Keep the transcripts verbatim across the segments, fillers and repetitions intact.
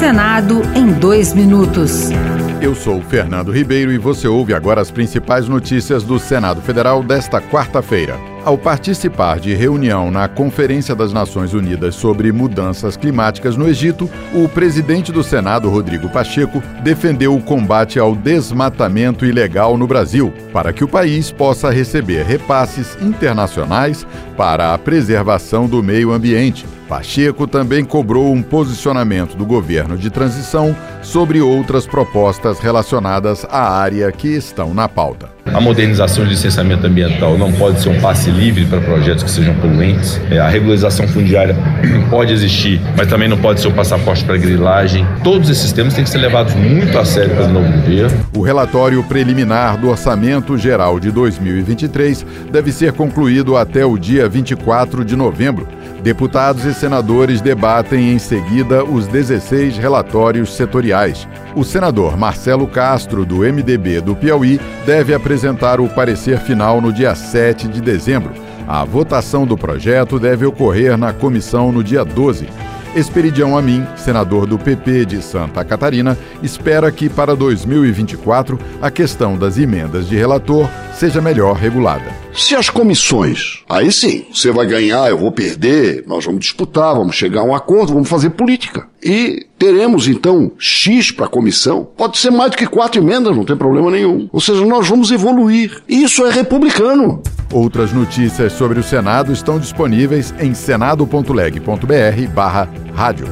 Senado em dois minutos. Eu sou Fernando Ribeiro e você ouve agora as principais notícias do Senado Federal desta quarta-feira. Ao participar de reunião na Conferência das Nações Unidas sobre Mudanças Climáticas no Egito, o presidente do Senado, Rodrigo Pacheco, defendeu o combate ao desmatamento ilegal no Brasil, para que o país possa receber repasses internacionais para a preservação do meio ambiente. Pacheco também cobrou um posicionamento do governo de transição sobre outras propostas relacionadas à área que estão na pauta. A modernização de licenciamento ambiental não pode ser um passe livre para projetos que sejam poluentes. A regularização fundiária pode existir, mas também não pode ser um passaporte para grilagem. Todos esses temas têm que ser levados muito a sério pelo novo governo. O relatório preliminar do Orçamento Geral de dois mil e vinte e três deve ser concluído até o dia vinte e quatro de novembro. Deputados e senadores debatem em seguida os dezesseis relatórios setoriais. O senador Marcelo Castro, do M D B do Piauí, deve apresentar o parecer final no dia sete de dezembro. A votação do projeto deve ocorrer na comissão no dia doze. Esperidião Amin, senador do P P de Santa Catarina, espera que para dois mil e vinte e quatro a questão das emendas de relator seja melhor regulada. Se as comissões, aí sim, você vai ganhar, eu vou perder, nós vamos disputar, vamos chegar a um acordo, vamos fazer política. E teremos, então, X para a comissão. Pode ser mais do que quatro emendas, não tem problema nenhum. Ou seja, nós vamos evoluir. Isso é republicano. Outras notícias sobre o Senado estão disponíveis em senado.leg.br barra rádio.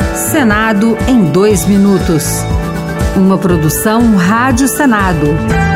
Senado em dois minutos. Uma produção Rádio Senado.